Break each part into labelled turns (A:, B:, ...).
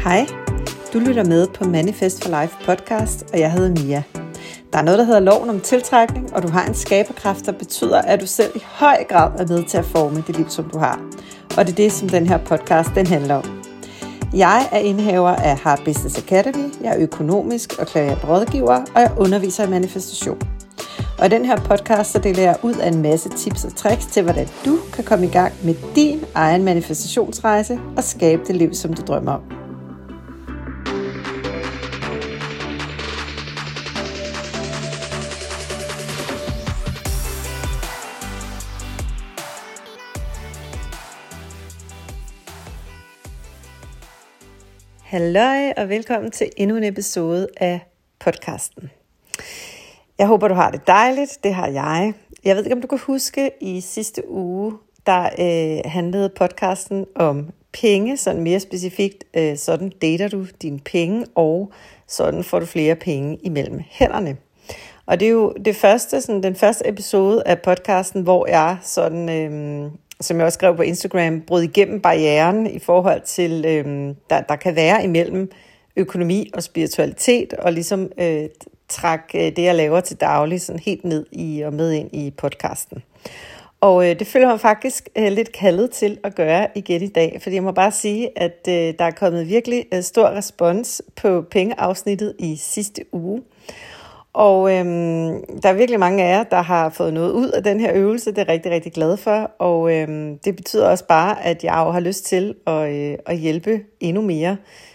A: Hej, du lytter med på Manifest for Life podcast, og jeg hedder Mia. Der er noget, der hedder loven om tiltrækning, og du har en skaberkraft, der betyder, at du selv i høj grad er med til at forme det liv, som du har. Og det er det, som den her podcast den handler om. Jeg er indehaver af Heart Business Academy, jeg er økonomisk og klaverant rådgiver, og jeg underviser i manifestation. Og i den her podcast, så deler jeg ud af en masse tips og tricks til, hvordan du kan komme i gang med din egen manifestationsrejse og skabe det liv, som du drømmer om. Halløj og velkommen til endnu en episode af podcasten. Jeg håber, du har det dejligt. Det har jeg. Jeg ved ikke, om du kan huske, i sidste uge, der handlede podcasten om penge, sådan mere specifikt, sådan dater du dine penge, og sådan får du flere penge imellem hænderne. Og det er jo den første episode af podcasten, hvor jeg sådan, som jeg også skrev på Instagram, brød igennem barrieren i forhold til, der kan være imellem økonomi og spiritualitet, og ligesom træk det, jeg laver til daglig, sådan helt ned i og med ind i podcasten. Og det føler mig faktisk lidt kaldet til at gøre igen i dag, fordi jeg må bare sige, at der er kommet virkelig stor respons på pengeafsnittet i sidste uge. Og der er virkelig mange af jer, der har fået noget ud af den her øvelse. Det er jeg rigtig, rigtig glad for. Og det betyder også bare, at jeg jo har lyst til at hjælpe endnu mere,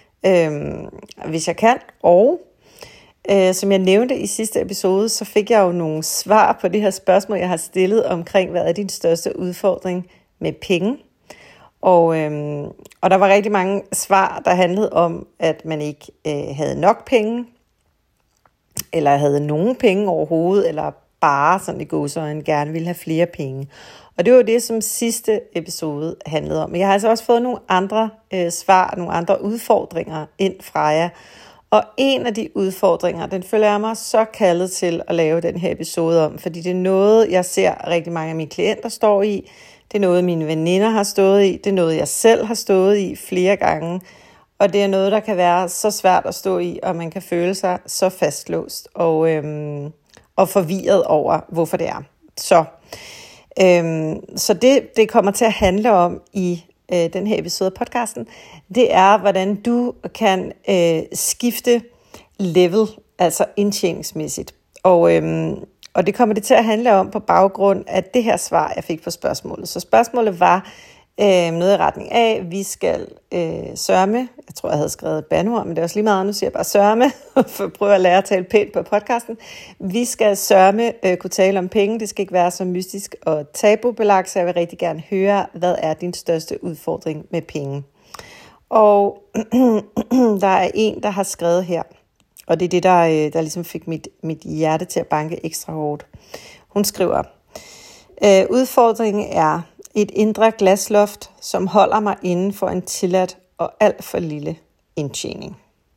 A: hvis jeg kan. Og som jeg nævnte i sidste episode, så fik jeg jo nogle svar på det her spørgsmål, jeg har stillet omkring, hvad er din største udfordring med penge? Og der var rigtig mange svar, der handlede om, at man ikke havde nok penge, eller havde nogen penge overhovedet, eller bare sådan i gåseøjne gerne ville have flere penge. Og det var det, som sidste episode handlede om. Men jeg har altså også fået nogle andre svar, nogle andre udfordringer ind fra jer. Og en af de udfordringer, den føler jeg mig så kaldet til at lave den her episode om, fordi det er noget, jeg ser rigtig mange af mine klienter står i. Det er noget, mine veninder har stået i. Det er noget, jeg selv har stået i flere gange. Og det er noget, der kan være så svært at stå i, og man kan føle sig så fastlåst og forvirret over, hvorfor det er. Så det kommer til at handle om i den her episode af podcasten, det er, hvordan du kan skifte level, altså indtjeningsmæssigt. Og det kommer det til at handle om på baggrund af det her svar, jeg fik på spørgsmålet. Så spørgsmålet var noget i retning af, vi skal sørme, jeg tror, jeg havde skrevet bandeord, men det er også lige meget, nu siger jeg bare sørme, for at prøve at lære at tale pænt på podcasten. Vi skal sørme kunne tale om penge, det skal ikke være så mystisk og tabubelagt, så jeg vil rigtig gerne høre, hvad er din største udfordring med penge? Og der er en, der har skrevet her, og det er det, der ligesom fik mit hjerte til at banke ekstra hårdt. Hun skriver, udfordringen er et indre glasloft, som holder mig inden for en tilladt og alt for lille indtjening.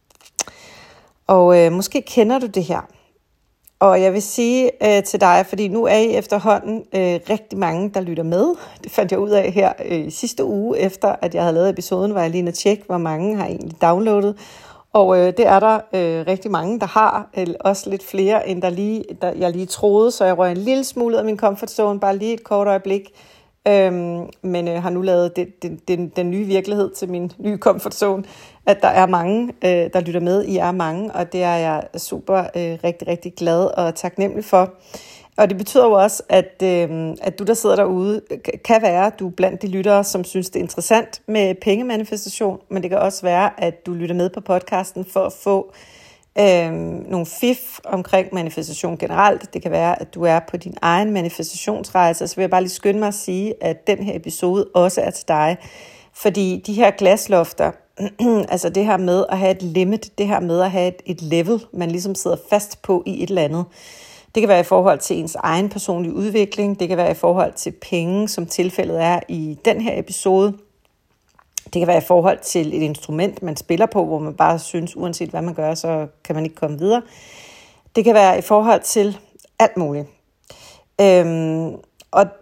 A: Og måske kender du det her. Og jeg vil sige til dig, fordi nu er I efterhånden rigtig mange, der lytter med. Det fandt jeg ud af her sidste uge, efter at jeg havde lavet episoden, var jeg lige inde at tjekke, hvor mange har egentlig downloadet. Og det er der rigtig mange, der har, også lidt flere, end jeg lige troede, så jeg røg en lille smule ud af min comfort zone, bare lige et kort øjeblik. Men har nu lavet den nye virkelighed til min nye comfort zone, at der er mange, der lytter med. I er mange, og det er jeg super rigtig, rigtig glad og taknemmelig for. Og det betyder jo også, at du, der sidder derude, kan være, at du er blandt de lyttere, som synes, det er interessant med pengemanifestation, men det kan også være, at du lytter med på podcasten for at få nogle fif omkring manifestation generelt. Det kan være, at du er på din egen manifestationsrejse, så vil jeg bare lige skynde mig at sige, at den her episode også er til dig, fordi de her glaslofter, altså det her med at have et limit, det her med at have et level, man ligesom sidder fast på i et eller andet, det kan være i forhold til ens egen personlige udvikling, det kan være i forhold til penge, som tilfældet er i den her episode. Det kan være i forhold til et instrument, man spiller på, hvor man bare synes, uanset hvad man gør, så kan man ikke komme videre. Det kan være i forhold til alt muligt. Og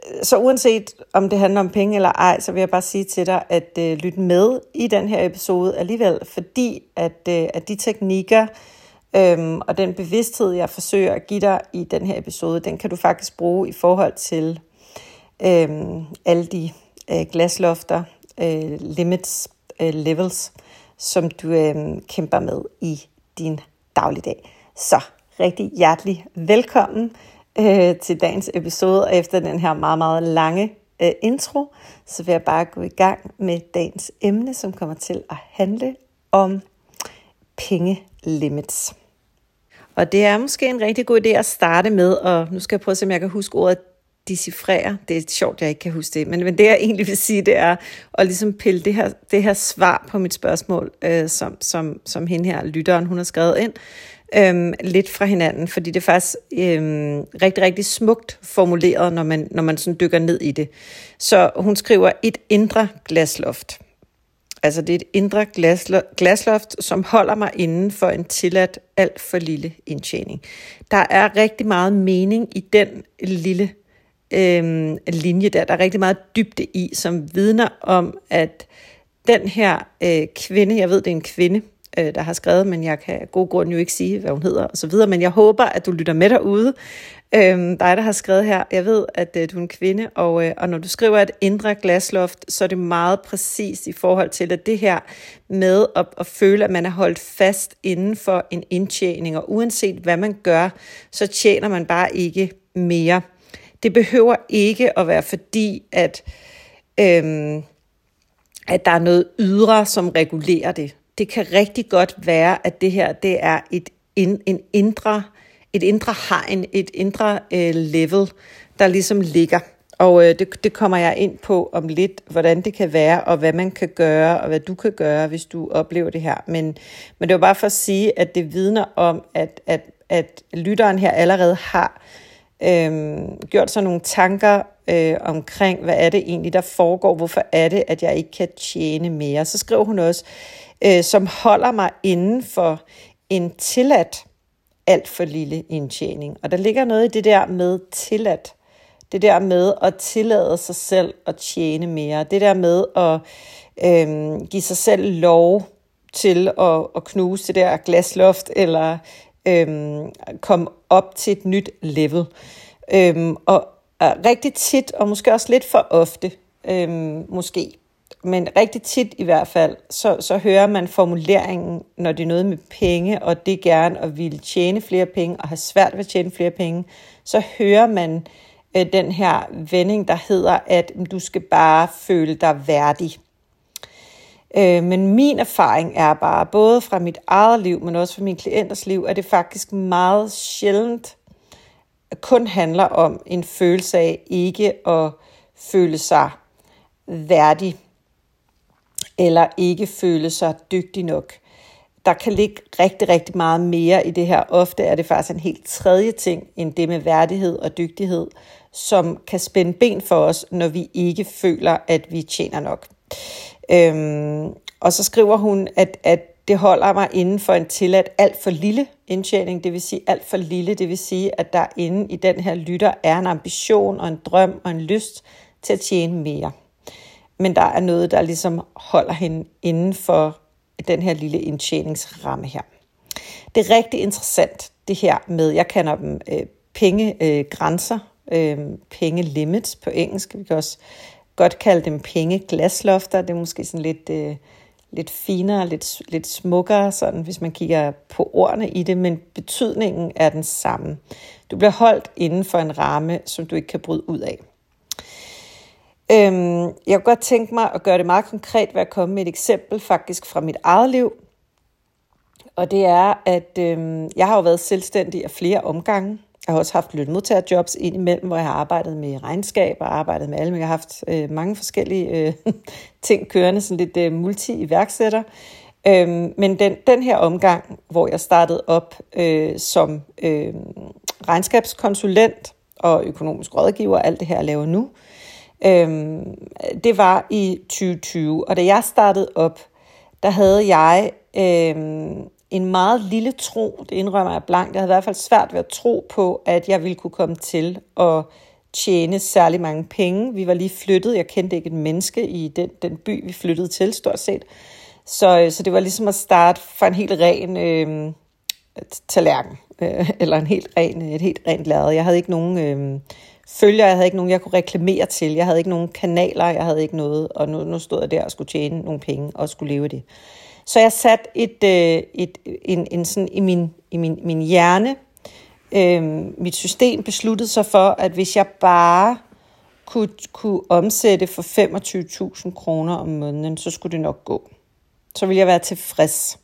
A: Så uanset om det handler om penge eller ej, så vil jeg bare sige til dig, at lyt med i den her episode alligevel, fordi at de teknikker og den bevidsthed, jeg forsøger at give dig i den her episode, den kan du faktisk bruge i forhold til alle de glaslofter, limits, levels, som du kæmper med i din dagligdag. Så rigtig hjertelig velkommen til dagens episode, og efter den her meget, meget lange intro, så vil jeg bare gå i gang med dagens emne, som kommer til at handle om pengelimits. Og det er måske en rigtig god idé at starte med, og nu skal jeg prøve at se, om jeg kan huske ordet decifrere. Det er sjovt, jeg ikke kan huske det, men det jeg egentlig vil sige, det er at ligesom pille det her svar på mit spørgsmål, som hende her, lytteren, hun har skrevet ind, lidt fra hinanden, fordi det er faktisk rigtig, rigtig smukt formuleret, når man sådan dykker ned i det. Så hun skriver et indre glasloft. Altså det er et indre glasloft, som holder mig inden for en tilladt alt for lille indtjening. Der er rigtig meget mening i den lille linje der. Der er rigtig meget dybde i, som vidner om, at den her kvinde, jeg ved det er en kvinde, der har skrevet, men jeg kan af god grund jo ikke sige, hvad hun hedder og så videre, men jeg håber, at du lytter med derude. Dig, der har skrevet her, jeg ved, at du er en kvinde, og når du skriver et indre glasloft, så er det meget præcist i forhold til, at det her med at føle, at man er holdt fast inden for en indtjening, og uanset hvad man gør, så tjener man bare ikke mere. Det behøver ikke at være fordi, at der er noget ydre, som regulerer det. Det kan rigtig godt være, at det her det er et indre hegn, et indre level, der ligesom ligger. Og det kommer jeg ind på om lidt, hvordan det kan være, og hvad man kan gøre, og hvad du kan gøre, hvis du oplever det her. Men det var bare for at sige, at det vidner om, at lytteren her allerede har gjort sig nogle tanker omkring, hvad er det egentlig, der foregår, hvorfor er det, at jeg ikke kan tjene mere. Så skriver hun også, som holder mig inden for en tilladt alt for lille indtjening. Og der ligger noget i det der med tilladt. Det der med at tillade sig selv at tjene mere. Det der med at give sig selv lov til at knuse det der glasloft, eller komme op til et nyt level. Og rigtig tit, og måske også lidt for ofte, måske, men rigtig tit i hvert fald, så hører man formuleringen, når det er noget med penge, og det gerne at ville tjene flere penge, og have svært ved at tjene flere penge, så hører man den her vending, der hedder, at du skal bare føle dig værdig. Men min erfaring er bare, både fra mit eget liv, men også fra mine klienters liv, at det faktisk meget sjældent kun handler om en følelse af ikke at føle sig værdig, eller ikke føle sig dygtig nok. Der kan ligge rigtig, rigtig meget mere i det her. Ofte er det faktisk en helt tredje ting, end det med værdighed og dygtighed, som kan spænde ben for os, når vi ikke føler, at vi tjener nok. Og så skriver hun, at det holder mig inden for en tilladt alt for lille indtjening, det vil sige alt for lille, det vil sige, at der inde i den her lytter er en ambition og en drøm og en lyst til at tjene mere. Men der er noget, der ligesom holder hende inden for den her lille indtjeningsramme her. Det er rigtig interessant, det her med, jeg kalder dem pengegrænser, pengelimits på engelsk. Vi kan også godt kalde dem pengeglaslofter. Det er måske sådan lidt finere, lidt smukkere, sådan, hvis man kigger på ordene i det, men betydningen er den samme. Du bliver holdt inden for en ramme, som du ikke kan bryde ud af. Jeg kunne godt tænke mig at gøre det meget konkret ved at komme med et eksempel faktisk fra mit eget liv. Og det er, at jeg har jo været selvstændig af flere omgange. Jeg har også haft lønmodtagerjobs indimellem, hvor jeg har arbejdet med regnskab og arbejdet med alle. Jeg har haft mange forskellige ting kørende, sådan lidt multi-iværksætter. Men den her omgang, hvor jeg startede op som regnskabskonsulent og økonomisk rådgiver, alt det her jeg laver nu, det var i 2020. Og da jeg startede op, der havde jeg en meget lille tro, det indrømmer jeg blankt. Jeg havde i hvert fald svært ved at tro på, at jeg ville kunne komme til at tjene særlig mange penge. Vi var lige flyttet. Jeg kendte ikke et menneske i den by, vi flyttede til, stort set. Så det var ligesom at starte fra en helt ren tallerken, eller et helt rent lærred. Jeg havde ikke nogen følgere, jeg havde ikke nogen, jeg kunne reklamere til. Jeg havde ikke nogen kanaler, jeg havde ikke noget, og nu stod jeg der og skulle tjene nogle penge og skulle leve af det. Så jeg satte en sådan i min hjerne, mit system besluttede sig for, at hvis jeg bare kunne omsætte for 25.000 kroner om måneden, så skulle det nok gå. Så ville jeg være tilfreds.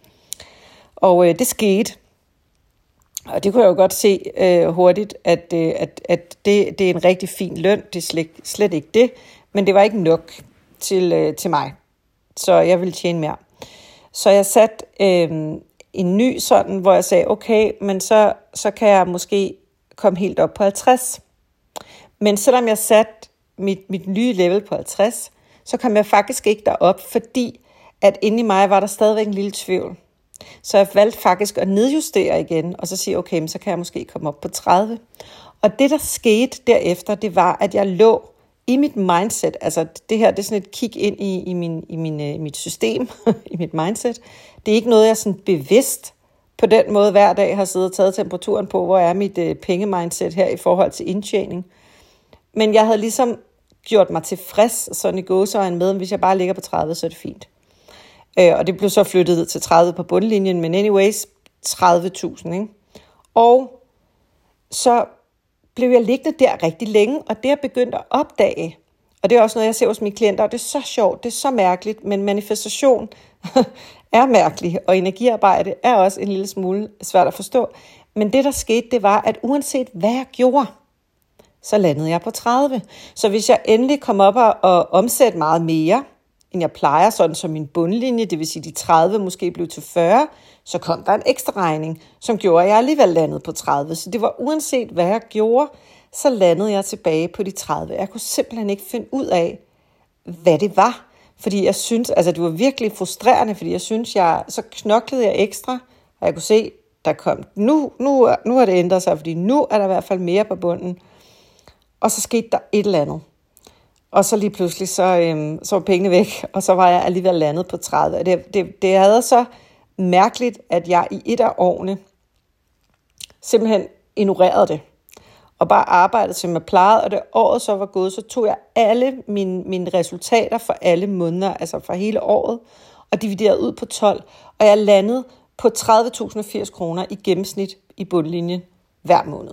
A: Og det skete. Og det kunne jeg jo godt se hurtigt, at det er en rigtig fin løn. Det er slet ikke det. Men det var ikke nok til mig. Så jeg ville tjene mere. Så jeg satte en ny sådan, hvor jeg sagde, okay, men så kan jeg måske komme helt op på 50. Men selvom jeg satte mit nye level på 50, så kom jeg faktisk ikke derop, fordi at inde i mig var der stadigvæk en lille tvivl. Så jeg valgte faktisk at nedjustere igen, og så sige, okay, men så kan jeg måske komme op på 30. Og det, der skete derefter, det var, at jeg lå i mit mindset, altså det her, det er sådan et kig ind i mit system, i mit mindset. Det er ikke noget, jeg sådan bevidst på den måde hver dag har siddet og taget temperaturen på, hvor er mit pengemindset her i forhold til indtjening. Men jeg havde ligesom gjort mig tilfreds, sådan i gåseøjne med, hvis jeg bare ligger på 30, så er det fint. Og det blev så flyttet til 30 på bundlinjen, men anyways, 30.000, ikke? Og så blev jeg liggende der rigtig længe, og det jeg begyndte at opdage, og det er også noget, jeg ser hos mine klienter, og det er så sjovt, det er så mærkeligt, men manifestation er mærkelig, og energiarbejde er også en lille smule svært at forstå. Men det, der skete, det var, at uanset hvad jeg gjorde, så landede jeg på 30. Så hvis jeg endelig kom op og omsatte meget mere, end jeg plejer, sådan som min bundlinje, det vil sige de 30 måske blev til 40, så kom der en ekstra regning, som gjorde, at jeg alligevel landede på 30. Så det var uanset hvad jeg gjorde, så landede jeg tilbage på de 30. Jeg kunne simpelthen ikke finde ud af, hvad det var. Fordi jeg synes, altså det var virkelig frustrerende, fordi jeg synes, så knoklede jeg ekstra, og jeg kunne se, der kom, nu har det ændret sig, fordi nu er der i hvert fald mere på bunden. Og så skete der et eller andet. Og så lige pludselig, så var pengene væk, og så var jeg alligevel landet på 30. Det havde så mærkeligt, at jeg i et af årene simpelthen ignorerede det. Og bare arbejdede, som jeg plejede, og det året så var gået, så tog jeg alle mine resultater for alle måneder, altså for hele året, og dividerede ud på 12. Og jeg landede på 30.080 kroner i gennemsnit i bundlinjen hver måned.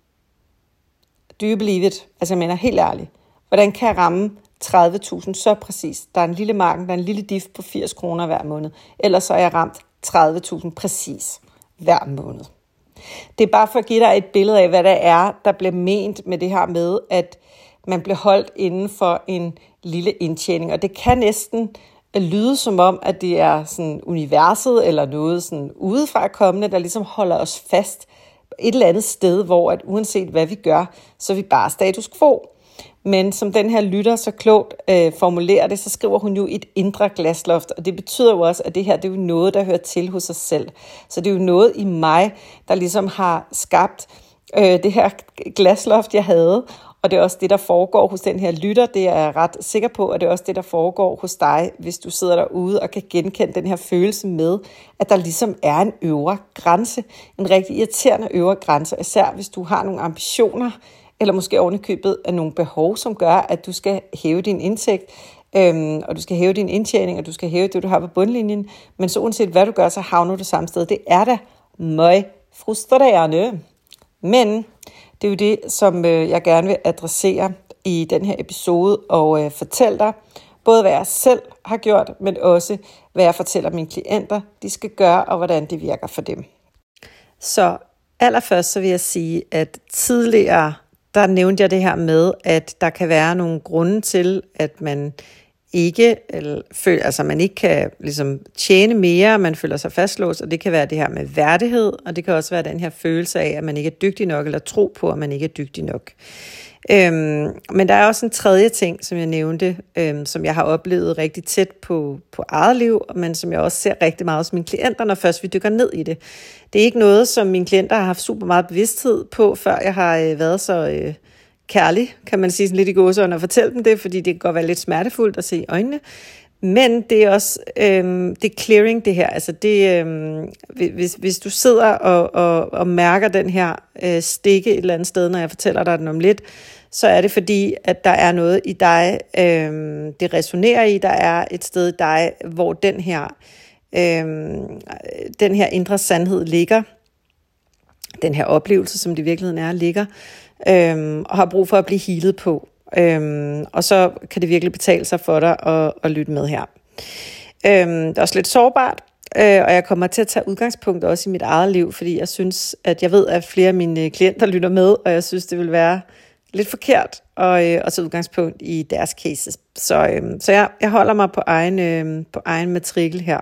A: Do you believe it? Altså jeg mener helt ærligt. Hvordan kan jeg ramme 30.000 så præcis? Der er en lille marken, der er en lille diff på 80 kroner hver måned. Ellers så er jeg ramt 30.000 præcis hver måned. Det er bare for at give dig et billede af, hvad der er, der bliver ment med det her med, at man bliver holdt inden for en lille indtjening. Og det kan næsten lyde som om, at det er sådan universet eller noget sådan udefra kommende, der ligesom holder os fast et eller andet sted, hvor at uanset hvad vi gør, så er vi bare status quo. Men som den her lytter så klogt formulerer det, så skriver hun jo et indre glasloft, og det betyder jo også, at det her det er jo noget, der hører til hos os selv. Så det er jo noget i mig, der ligesom har skabt det her glasloft, jeg havde, og det er også det, der foregår hos den her lytter. Det er jeg ret sikker på, og det er også det, der foregår hos dig, hvis du sidder derude og kan genkende den her følelse med, at der ligesom er en øvre grænse, en rigtig irriterende øvre grænse, især hvis du har nogle ambitioner, eller måske ovenikøbet af nogle behov, som gør, at du skal hæve din indtægt, og du skal hæve din indtjening, og du skal hæve det, du har på bundlinjen. Men så uanset hvad du gør, så havner du samme sted. Det er da meget frustrerende. Men det er jo det, som jeg gerne vil adressere i den her episode, og fortælle dig, både hvad jeg selv har gjort, men også hvad jeg fortæller mine klienter, de skal gøre, og hvordan det virker for dem. Så allerførst så vil jeg sige, at tidligere der nævnte jeg det her med, at der kan være nogle grunde til, at man ikke man ikke kan ligesom tjene mere, man føler sig fastlåst, og det kan være det her med værdighed, og det kan også være den her følelse af, at man ikke er dygtig nok, eller tro på, at man ikke er dygtig nok. Men der er også en tredje ting, som jeg nævnte, som jeg har oplevet rigtig tæt på eget liv, men som jeg også ser rigtig meget hos mine klienter, når først vi dykker ned i det. Det er ikke noget, som mine klienter har haft super meget bevidsthed på, før jeg har været så kærlig, kan man sige sådan lidt i gåseøjne, at fortælle dem det, fordi det kan godt være lidt smertefuldt at se i øjnene. Men det er også det er clearing det her. Altså det, hvis du sidder og mærker den her stikke et eller andet sted, når jeg fortæller dig den om lidt, så er det fordi, at der er noget i dig, det resonerer i, der er et sted i dig, hvor den her indre sandhed ligger, den her oplevelse, som det i virkeligheden er, ligger, og har brug for at blive healet på. Og så kan det virkelig betale sig for dig at lytte med her. Det er også lidt sårbart, og jeg kommer til at tage udgangspunkt også i mit eget liv, fordi jeg synes, at jeg ved, at flere af mine klienter lytter med, og jeg synes, det vil være lidt forkert at tage udgangspunkt i deres cases. Så jeg holder mig på egen matrikel her.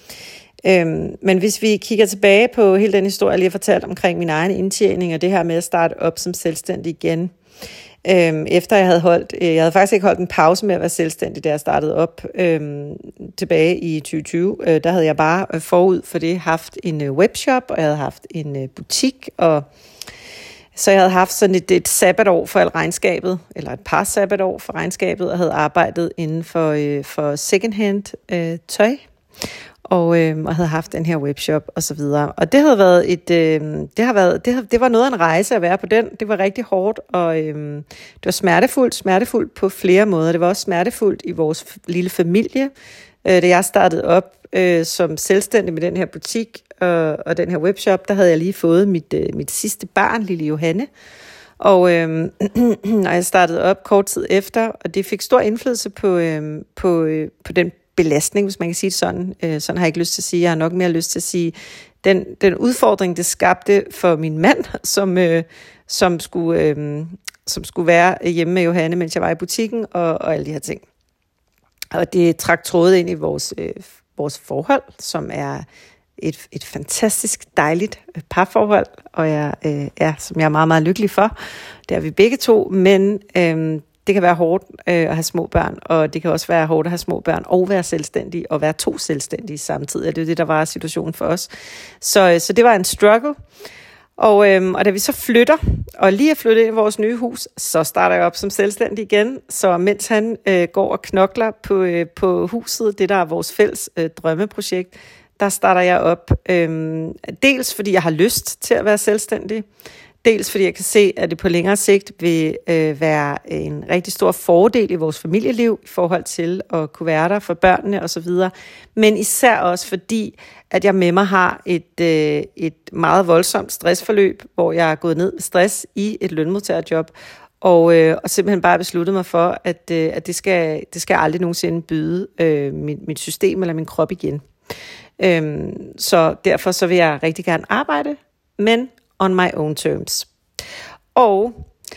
A: Men hvis vi kigger tilbage på hele den historie, jeg lige har fortalt omkring min egen indtjening, og det her med at starte op som selvstændig igen, efter jeg havde faktisk ikke holdt en pause med at være selvstændig, da jeg startede op tilbage i 2020. Der havde jeg bare forud for det haft en webshop, og jeg havde haft en butik, og så jeg havde haft sådan et sabbatår for alt regnskabet, eller et par sabbatår for regnskabet, og havde arbejdet inden for secondhand tøj, og havde haft den her webshop og så videre. Og det havde været det var noget af en rejse at være på den. Det var rigtig hårdt, og det var smertefuldt på flere måder. Det var også smertefuldt i vores lille familie, da jeg startede op som selvstændig med den her butik og den her webshop. Der havde jeg lige fået mit sidste barn, lille Johanne. Og når jeg startede op kort tid efter, og det fik stor indflydelse på den belastning, hvis man kan sige det sådan. Sådan har jeg ikke lyst til at sige. Jeg har nok mere lyst til at sige, den udfordring, det skabte for min mand, som skulle være hjemme med Johanne, mens jeg var i butikken, og alle de her ting. Og det trak trådet ind i vores forhold, som er et fantastisk dejligt parforhold, og som jeg er meget, meget lykkelig for. Det er vi begge to, men det kan være hårdt at have små børn, og det kan også være hårdt at have små børn og være selvstændig, og være to selvstændige samtidig. Det er det, der var situationen for os. Så det var en struggle. Og da vi så flytter, og lige er flyttet ind i vores nye hus, så starter jeg op som selvstændig igen. Så mens han går og knokler på huset, det der er vores fælles drømmeprojekt, der starter jeg op. Dels fordi jeg har lyst til at være selvstændig, dels fordi jeg kan se, at det på længere sigt vil være en rigtig stor fordel i vores familieliv i forhold til at kunne være der for børnene osv. Men især også fordi, at jeg med mig har et meget voldsomt stressforløb, hvor jeg er gået ned med stress i et lønmodtagerjob, og simpelthen bare besluttet mig for, at det skal aldrig nogensinde byde mit system eller min krop igen. Så derfor så vil jeg rigtig gerne arbejde, men on my own terms. Og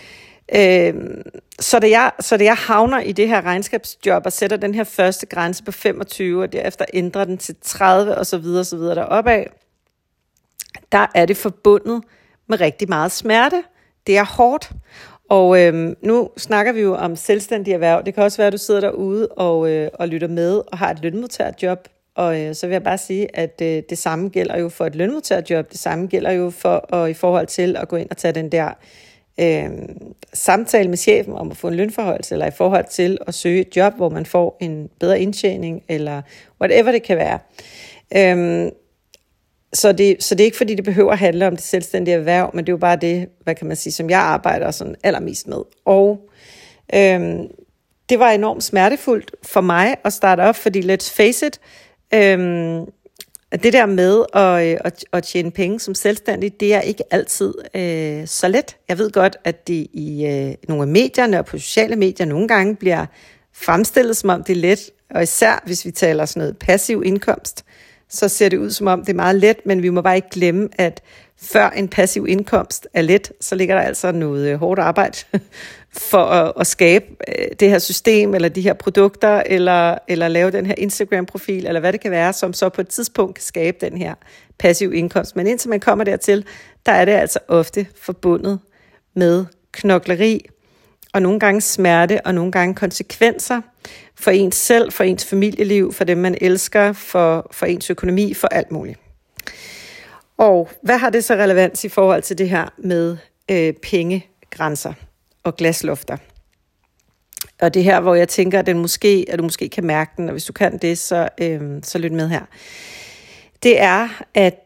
A: så da jeg havner i det her regnskabsjob og sætter den her første grænse på 25, og derefter ændrer den til 30 og så videre deroppe af, der er det forbundet med rigtig meget smerte. Det er hårdt. Og nu snakker vi jo om selvstændig erhverv. Det kan også være, at du sidder derude og lytter med og har et lønmodtagerjob. Og så vil jeg bare sige, at det samme gælder jo for et lønmodtagerjob. Det samme gælder jo i forhold til at gå ind og tage den der samtale med chefen om at få en lønforhøjelse, eller i forhold til at søge et job, hvor man får en bedre indtjening, eller whatever det kan være. Så det er ikke fordi, det behøver at handle om det selvstændige erhverv, men det er jo bare det, hvad kan man sige, som jeg arbejder sådan allermest med. Og det var enormt smertefuldt for mig at starte op, fordi let's face it, det der med at tjene penge som selvstændig, det er ikke altid så let. Jeg ved godt, at det i nogle af medierne og på sociale medier nogle gange bliver fremstillet, som om det er let, og især hvis vi taler sådan noget passiv indkomst, så ser det ud som om det er meget let, men vi må bare ikke glemme, at før en passiv indkomst er let, så ligger der altså noget hårdt arbejde for at skabe det her system, eller de her produkter, eller lave den her Instagram-profil, eller hvad det kan være, som så på et tidspunkt kan skabe den her passiv indkomst. Men indtil man kommer dertil, der er det altså ofte forbundet med knokleri, og nogle gange smerte, og nogle gange konsekvenser for ens selv, for ens familieliv, for dem man elsker, for ens økonomi, for alt muligt. Og hvad har det så relevans i forhold til det her med pengegrænser og glaslofter. Og det her, hvor jeg tænker, at du måske kan mærke den, og hvis du kan det, så lyt med her. Det er, at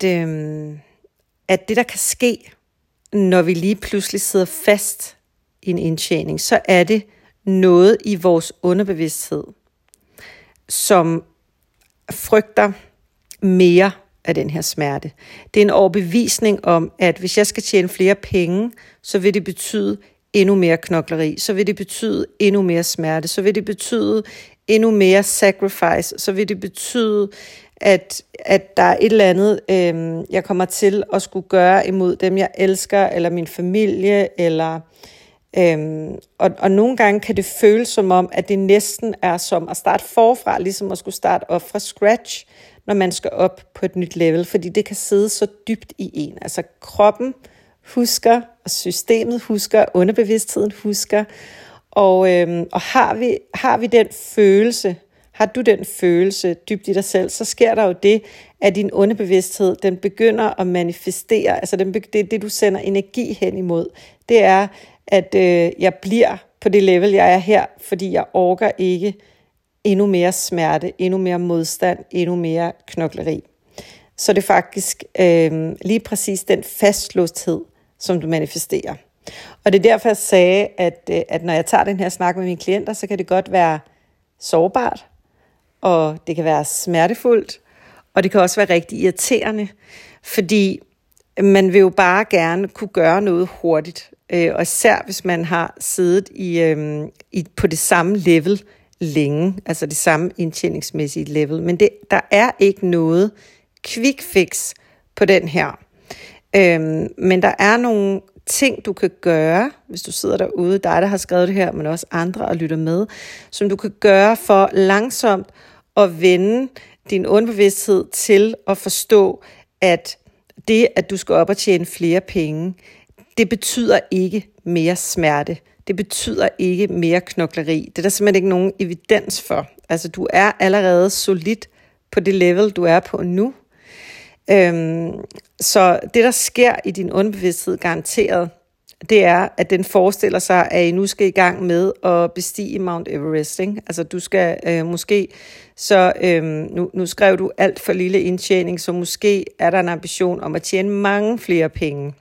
A: det, der kan ske, når vi lige pludselig sidder fast i en indtjening, så er det noget i vores underbevidsthed, som frygter mere af den her smerte. Det er en overbevisning om, at hvis jeg skal tjene flere penge, så vil det betyde endnu mere knokleri, så vil det betyde endnu mere smerte, så vil det betyde endnu mere sacrifice, så vil det betyde, at der er et eller andet, jeg kommer til at skulle gøre imod dem, jeg elsker, eller min familie, eller og nogle gange kan det føles som om, at det næsten er som at starte forfra, ligesom at skulle starte op fra scratch, når man skal op på et nyt level, fordi det kan sidde så dybt i en. Altså kroppen husker, og systemet husker, underbevidstheden husker, og har vi den følelse, har du den følelse dybt i dig selv, så sker der jo det, at din underbevidsthed, den begynder at manifestere, altså det du sender energi hen imod, det er, at jeg bliver på det level, jeg er her, fordi jeg orker ikke endnu mere smerte, endnu mere modstand, endnu mere knokleri. Så det er faktisk lige præcis den fastlåsthed, som du manifesterer. Og det er derfor, jeg sagde, at når jeg tager den her snak med mine klienter, så kan det godt være sårbart, og det kan være smertefuldt, og det kan også være rigtig irriterende, fordi man vil jo bare gerne kunne gøre noget hurtigt, og især hvis man har siddet på det samme level længe, altså det samme indtjeningsmæssige level, men der er ikke noget quick fix på den her. Men der er nogle ting, du kan gøre, hvis du sidder derude, dig der har skrevet det her, men også andre og lytter med, som du kan gøre for langsomt at vende din underbevidsthed til at forstå, at det, at du skal op og tjene flere penge, det betyder ikke mere smerte. Det betyder ikke mere knokleri. Det er der simpelthen ikke nogen evidens for. Altså, du er allerede solid på det level, du er på nu. Så det, der sker i din underbevidsthed garanteret, det er, at den forestiller sig, at I nu skal i gang med at bestige Mount Everest. Ikke? Altså, du skal måske, så nu skrev du alt for lille indtjening, så måske er der en ambition om at tjene mange flere penge.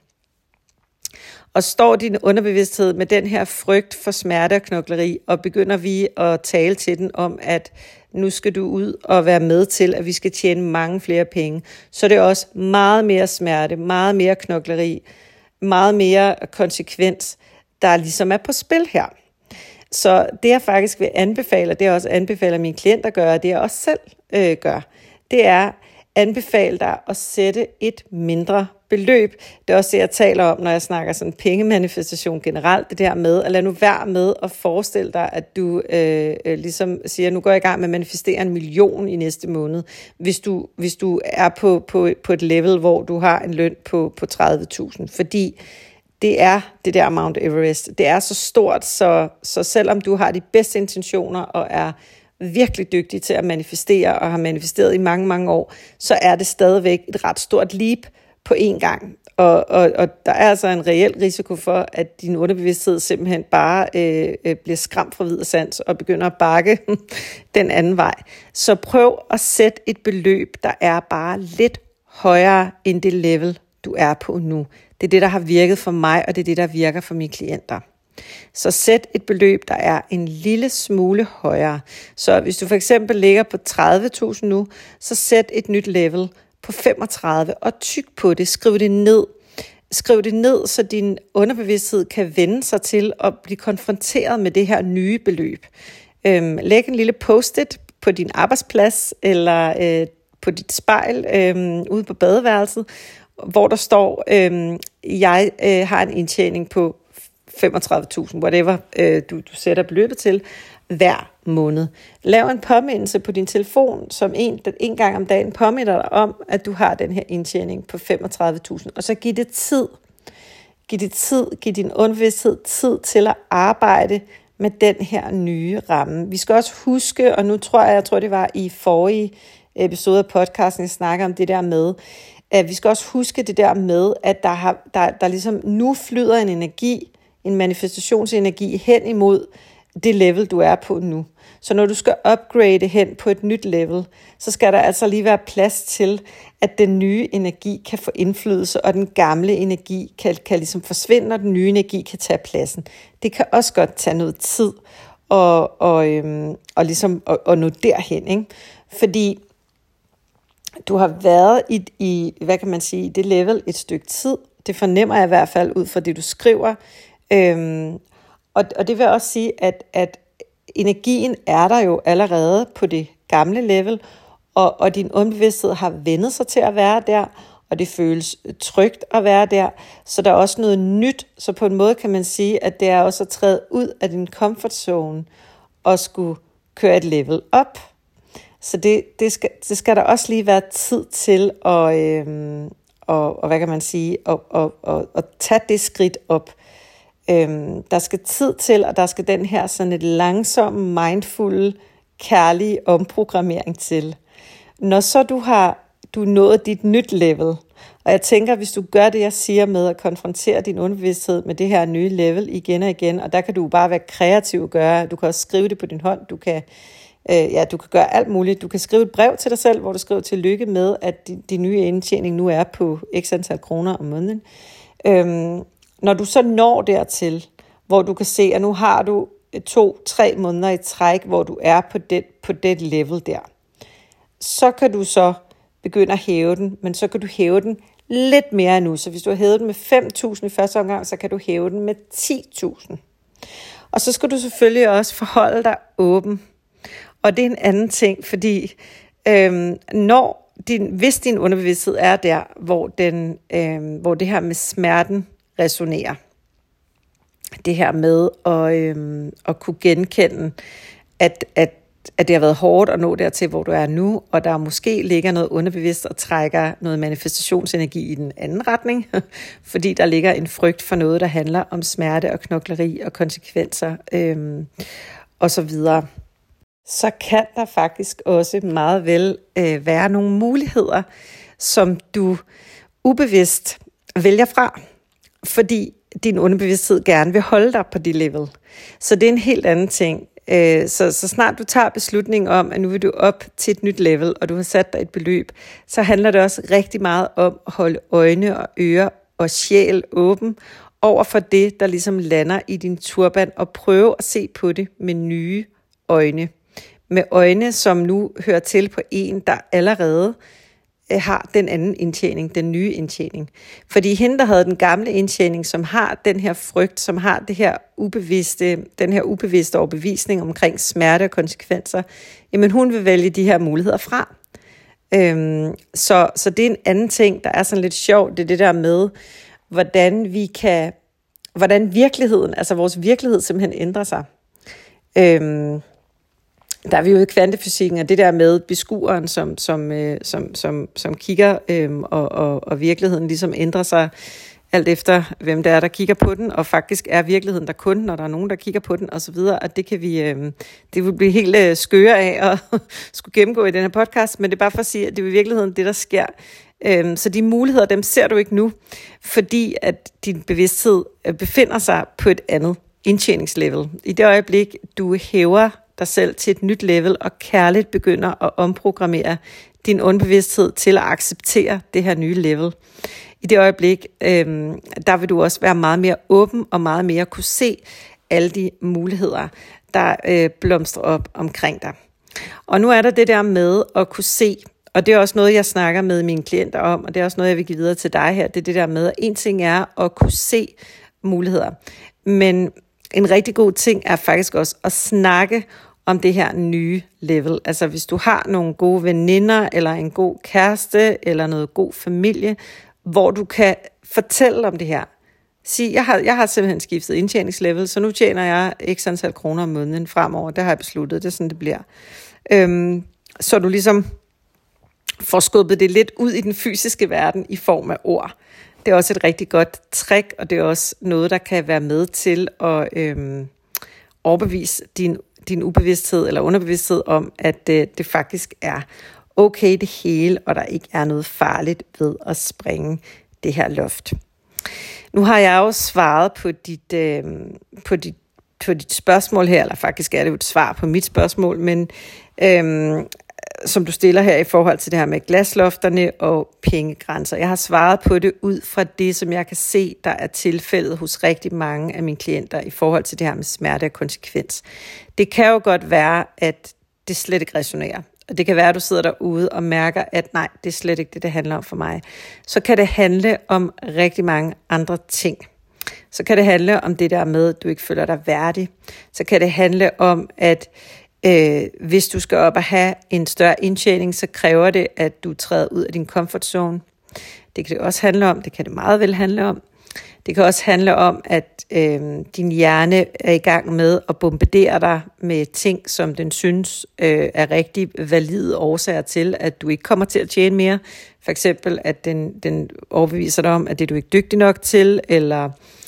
A: Og står din underbevidsthed med den her frygt for smerte og knokleri, og begynder vi at tale til den om, at nu skal du ud og være med til, at vi skal tjene mange flere penge, så det er også meget mere smerte, meget mere knokleri, meget mere konsekvens, der ligesom er på spil her. Så det jeg faktisk vil anbefale, og det jeg også anbefaler mine klienter at gøre, det jeg også selv gør, det er anbefale dig at sætte et mindre beløb. Det er også det, jeg taler om, når jeg snakker sådan pengemanifestation generelt. Det der med at lade nu være med at forestille dig, at du ligesom siger, nu går jeg i gang med at manifestere 1 million i næste måned, hvis du er på et level, hvor du har en løn på 30.000. Fordi det er det der Mount Everest. Det er så stort, så selvom du har de bedste intentioner og er virkelig dygtig til at manifestere og har manifesteret i mange, mange år, så er det stadigvæk et ret stort leap på én gang. Og der er altså en reel risiko for, at din underbevidsthed simpelthen bare bliver skræmt fra vid og sans og begynder at bakke den anden vej. Så prøv at sætte et beløb, der er bare lidt højere end det level, du er på nu. Det er det, der har virket for mig, og det er det, der virker for mine klienter. Så sæt et beløb, der er en lille smule højere. Så hvis du for eksempel ligger på 30.000 nu, så sæt et nyt level på 35 og tyk på det. Skriv det ned. Skriv det ned, så din underbevidsthed kan vende sig til at blive konfronteret med det her nye beløb. Læg en lille post-it på din arbejdsplads eller på dit spejl ude på badeværelset, hvor der står, jeg har en indtjening på 35.000, whatever du sætter beløbet til, hver måned. Lav en påmindelse på din telefon, som en gang om dagen påminder dig om, at du har den her indtjening på 35.000. Og så giv det tid. Giv din underbevidsthed tid til at arbejde med den her nye ramme. Vi skal også huske, og nu tror jeg det var i forrige episode af podcasten, jeg snakker om det der med, at vi skal også huske det der med, at der ligesom nu flyder en energi en manifestationsenergi hen imod det level, du er på nu. Så når du skal upgrade hen på et nyt level, så skal der altså lige være plads til, at den nye energi kan få indflydelse, og den gamle energi kan ligesom forsvinde, og den nye energi kan tage pladsen. Det kan også godt tage noget tid og ligesom at nå derhen, ikke? Fordi du har været i hvad kan man sige, i det level et stykke tid. Det fornemmer jeg i hvert fald ud fra det, du skriver. Og det vil også sige, at energien er der jo allerede på det gamle level, og din underbevidsthed har vendt sig til at være der, og det føles trygt at være der. Så der er også noget nyt, så på en måde kan man sige, at det er også at træde ud af din comfort zone og skulle køre et level op. Så det skal der også lige være tid til og hvad kan man sige, at tage det skridt op. Der skal tid til, og der skal den her sådan et langsom, mindful, kærlig omprogrammering til. Når så du nået dit nyt level, og jeg tænker, hvis du gør det, jeg siger med at konfrontere din underbevidsthed med det her nye level igen og igen, og der kan du bare være kreativ og gøre, du kan også skrive det på din hånd, du kan gøre alt muligt. Du kan skrive et brev til dig selv, hvor du skriver tillykke med, at din nye indtjening nu er på x antal kroner om måneden. Når du så når dertil, hvor du kan se, at nu har du 2-3 måneder i træk, hvor du er på det level der, så kan du så begynde at hæve den, men så kan du hæve den lidt mere nu. Så hvis du har hævet den med 5.000 i første omgang, så kan du hæve den med 10.000. Og så skal du selvfølgelig også forholde dig åben. Og det er en anden ting, fordi hvis din underbevidsthed er der, hvor det her med smerten resonerer, det her med at kunne genkende, at det har været hårdt at nå dertil, hvor du er nu, og der måske ligger noget underbevidst og trækker noget manifestationsenergi i den anden retning, fordi der ligger en frygt for noget, der handler om smerte og knokleri og konsekvenser og så videre. Så kan der faktisk også meget vel være nogle muligheder, som du ubevidst vælger fra, fordi din underbevidsthed gerne vil holde dig på det level. Så det er en helt anden ting. Så snart du tager beslutningen om, at nu vil du op til et nyt level, og du har sat dig et beløb, så handler det også rigtig meget om at holde øjne og ører og sjæl åben over for det, der ligesom lander i din turban, og prøve at se på det med nye øjne. Med øjne, som nu hører til på en, der allerede har den anden indtjening, den nye indtjening. Fordi hende, der havde den gamle indtjening, som har den her frygt, som har det her den her ubevidste overbevisning omkring smerte og konsekvenser, jamen hun vil vælge de her muligheder fra. Så det er en anden ting, der er sådan lidt sjovt, det er det der med, hvordan virkeligheden, altså vores virkelighed simpelthen ændrer sig. Der er vi jo i kvantefysikken, og det der med beskueren, som kigger, og virkeligheden ligesom ændrer sig alt efter, hvem det er, der kigger på den, og faktisk er virkeligheden der kun, når der er nogen, der kigger på den, og så videre, og det vil blive helt skøre af at skulle gennemgå i den her podcast, men det er bare for at sige, at det er i virkeligheden det, der sker. Så de muligheder, dem ser du ikke nu, fordi at din bevidsthed befinder sig på et andet indtjeningslevel. I det øjeblik, du hæver dig selv til et nyt level, og kærligt begynder at omprogrammere din underbevidsthed til at acceptere det her nye level. I det øjeblik, der vil du også være meget mere åben, og meget mere kunne se alle de muligheder, der blomstrer op omkring dig. Og nu er der det der med at kunne se, og det er også noget, jeg snakker med mine klienter om, og det er også noget, jeg vil give videre til dig her, det er det der med, at en ting er at kunne se muligheder, men en rigtig god ting er faktisk også at snakke om det her nye level. Altså hvis du har nogle gode veninder, eller en god kæreste, eller noget god familie, hvor du kan fortælle om det her. Sig, jeg har simpelthen skiftet indtjeningslevel, så nu tjener jeg x antal kroner om måneden fremover. Det har jeg besluttet, det er sådan, det bliver. Så du ligesom får skubbet det lidt ud i den fysiske verden i form af ord. Det er også et rigtig godt trick, og det er også noget, der kan være med til at overbevise din ubevidsthed eller underbevidsthed om, at det faktisk er okay det hele, og der ikke er noget farligt ved at springe det her loft. Nu har jeg jo svaret på dit spørgsmål her, eller faktisk er det jo et svar på mit spørgsmål, men som du stiller her i forhold til det her med glaslofterne og pengegrænser. Jeg har svaret på det ud fra det, som jeg kan se, der er tilfældet hos rigtig mange af mine klienter i forhold til det her med smerte og konsekvens. Det kan jo godt være, at det slet ikke resonerer. Og det kan være, at du sidder derude og mærker, at nej, det er slet ikke det handler om for mig. Så kan det handle om rigtig mange andre ting. Så kan det handle om det der med, at du ikke føler dig værdig. Så kan det handle om, at hvis du skal op og have en større indtjening, så kræver det, at du træder ud af din comfort zone. Det kan det også handle om, det kan det meget vel handle om. Det kan også handle om, at din hjerne er i gang med at bombardere dig med ting, som den synes er rigtig valide årsager til, at du ikke kommer til at tjene mere. For eksempel, at den overbeviser dig om, at det er du ikke dygtig nok til, eller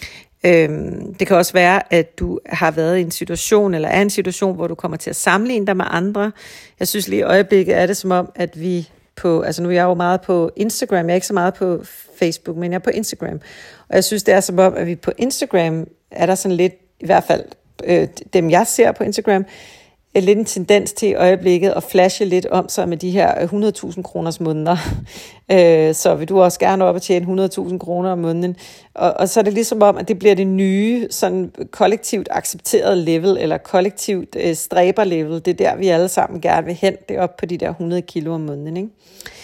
A: det kan også være, at du har været i en situation, eller er i en situation, hvor du kommer til at sammenligne dig med andre. Jeg synes lige i øjeblikket er det som om, at vi nu er jeg jo meget på Instagram, jeg er ikke så meget på Facebook, men jeg er på Instagram. Og jeg synes, det er som om, at vi på Instagram er der sådan lidt, i hvert fald dem jeg ser på Instagram, lidt en tendens til i øjeblikket at flashe lidt om sig med de her 100.000 kroners måneder. Så vil du også gerne op og tjene 100.000 kroner om måneden. Og så er det ligesom om, at det bliver det nye sådan kollektivt accepterede level, eller kollektivt stræberlevel. Det er der, vi alle sammen gerne vil hen, det op på de der 100 kilo om måneden, ikke?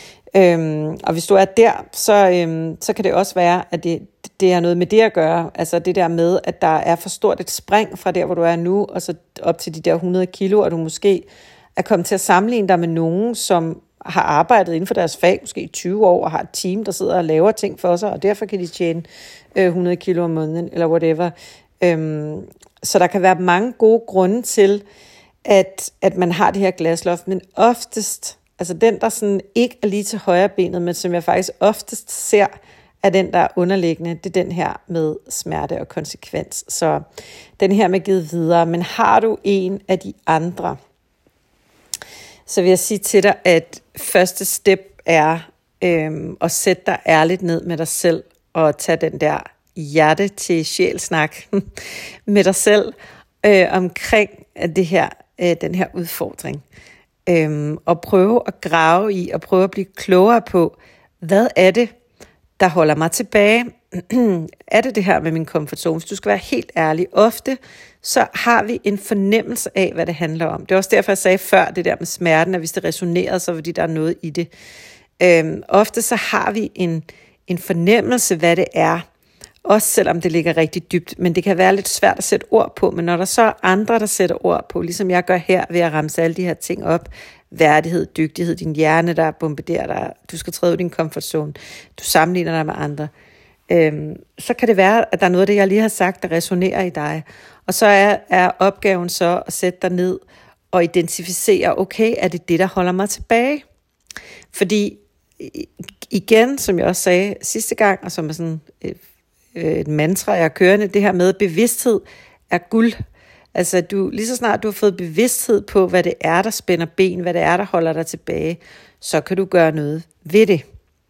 A: Og hvis du er der, så kan det også være, at det har noget med det at gøre. Altså det der med, at der er for stort et spring fra der, hvor du er nu, og så op til de der 100 kilo, og du måske er kommet til at sammenligne dig med nogen, som har arbejdet inden for deres fag, måske i 20 år, og har et team, der sidder og laver ting for sig, og derfor kan de tjene 100 kilo om måneden, eller whatever. Så der kan være mange gode grunde til, at man har det her glasloft, men oftest, altså den, der sådan ikke er lige til højre benet, men som jeg faktisk oftest ser, er den, der er underliggende, det er den her med smerte og konsekvens. Så den her med givet videre. Men har du en af de andre, så vil jeg sige til dig, at første step er at sætte dig ærligt ned med dig selv, og tage den der hjerte til sjælsnak med dig selv omkring det her, den her udfordring. Og prøve at grave i, og prøve at blive klogere på, hvad er det, der holder mig tilbage? Er det her med min comfort zone? Hvis du skal være helt ærlig, ofte så har vi en fornemmelse af, hvad det handler om. Det er også derfor, jeg sagde før, det der med smerten, at hvis det resonerede, så fordi der er noget i det. Ofte så har vi en fornemmelse, hvad det er, også selvom det ligger rigtig dybt, men det kan være lidt svært at sætte ord på, men når der så er andre, der sætter ord på, ligesom jeg gør her ved at ramse alle de her ting op, værdighed, dygtighed, din hjerne, der bombarderer dig, du skal træde ud i din comfort zone, du sammenligner dig med andre, så kan det være, at der er noget af det, jeg lige har sagt, der resonerer i dig, og så er opgaven så at sætte dig ned og identificere, okay, er det det, der holder mig tilbage? Fordi igen, som jeg også sagde sidste gang, og som er sådan et mantra, jeg er kørende, det her med bevidsthed er guld. Altså lige så snart du har fået bevidsthed på, hvad det er, der spænder ben, hvad det er, der holder dig tilbage, så kan du gøre noget ved det.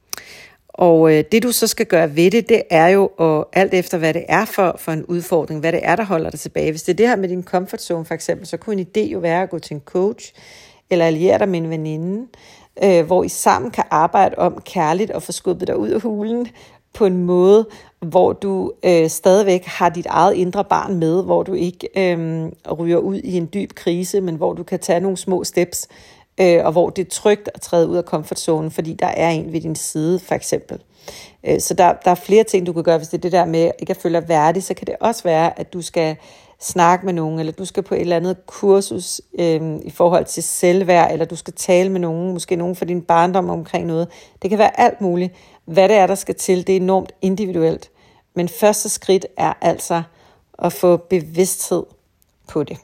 A: Og det du så skal gøre ved det er jo, og alt efter hvad det er for en udfordring, hvad det er, der holder dig tilbage. Hvis det er det her med din comfort zone for eksempel, så kunne en idé jo være at gå til en coach, eller alliere dig med en veninde, hvor I sammen kan arbejde om kærligt og få skubbet dig ud af hulen, på en måde, hvor du stadigvæk har dit eget indre barn med, hvor du ikke ryger ud i en dyb krise, men hvor du kan tage nogle små steps, og hvor det er trygt at træde ud af comfortzonen, fordi der er en ved din side, for eksempel. Så der er flere ting, du kan gøre. Hvis det er det der med ikke at føle dig værdig, så kan det også være, at du skal snakke med nogen, eller du skal på et eller andet kursus i forhold til selvværd, eller du skal tale med nogen, måske nogen fra din barndom omkring noget. Det kan være alt muligt. Hvad det er, der skal til, det er enormt individuelt. Men første skridt er altså at få bevidsthed på det.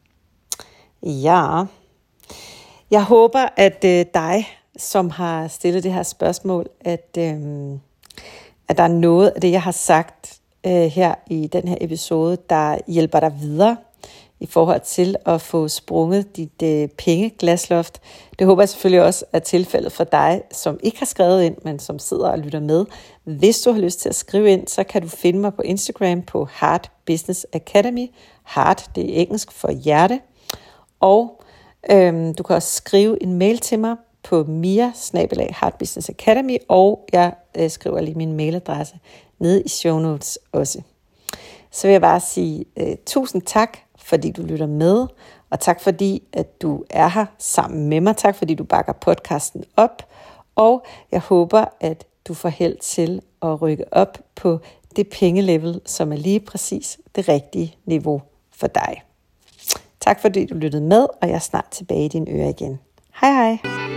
A: Ja, jeg håber, at dig, som har stillet det her spørgsmål, at der er noget af det, jeg har sagt her i den her episode, der hjælper dig videre i forhold til at få sprunget dit pengeglasloft. Det håber jeg selvfølgelig også er tilfældet for dig, som ikke har skrevet ind, men som sidder og lytter med. Hvis du har lyst til at skrive ind, så kan du finde mig på Instagram på Heart Business Academy. Heart, det er engelsk for hjerte. Og du kan også skrive en mail til mig på mia@Heart Business Academy, og jeg skriver lige min mailadresse nede i show notes også. Så vil jeg bare sige tusind tak, fordi du lytter med, og tak fordi, at du er her sammen med mig. Tak fordi du bakker podcasten op, og jeg håber, at du får held til at rykke op på det pengelevel, som er lige præcis det rigtige niveau for dig. Tak fordi du lyttede med, og jeg er snart tilbage i dine ører igen. Hej hej!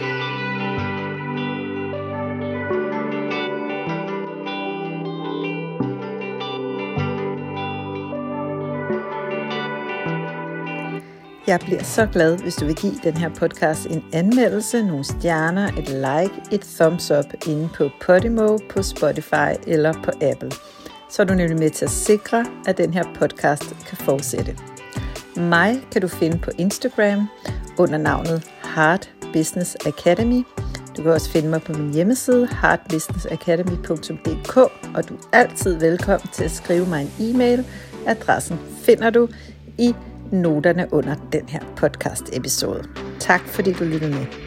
A: Jeg bliver så glad, hvis du vil give den her podcast en anmeldelse, nogle stjerner, et like, et thumbs up inde på Podimo, på Spotify eller på Apple. Så er du nemlig med til at sikre, at den her podcast kan fortsætte. Mig kan du finde på Instagram under navnet Heart Business Academy. Du kan også finde mig på min hjemmeside heartbusinessacademy.dk, og du er altid velkommen til at skrive mig en e-mail. Adressen finder du i noterne under den her podcast episode. Tak fordi du lyttede med.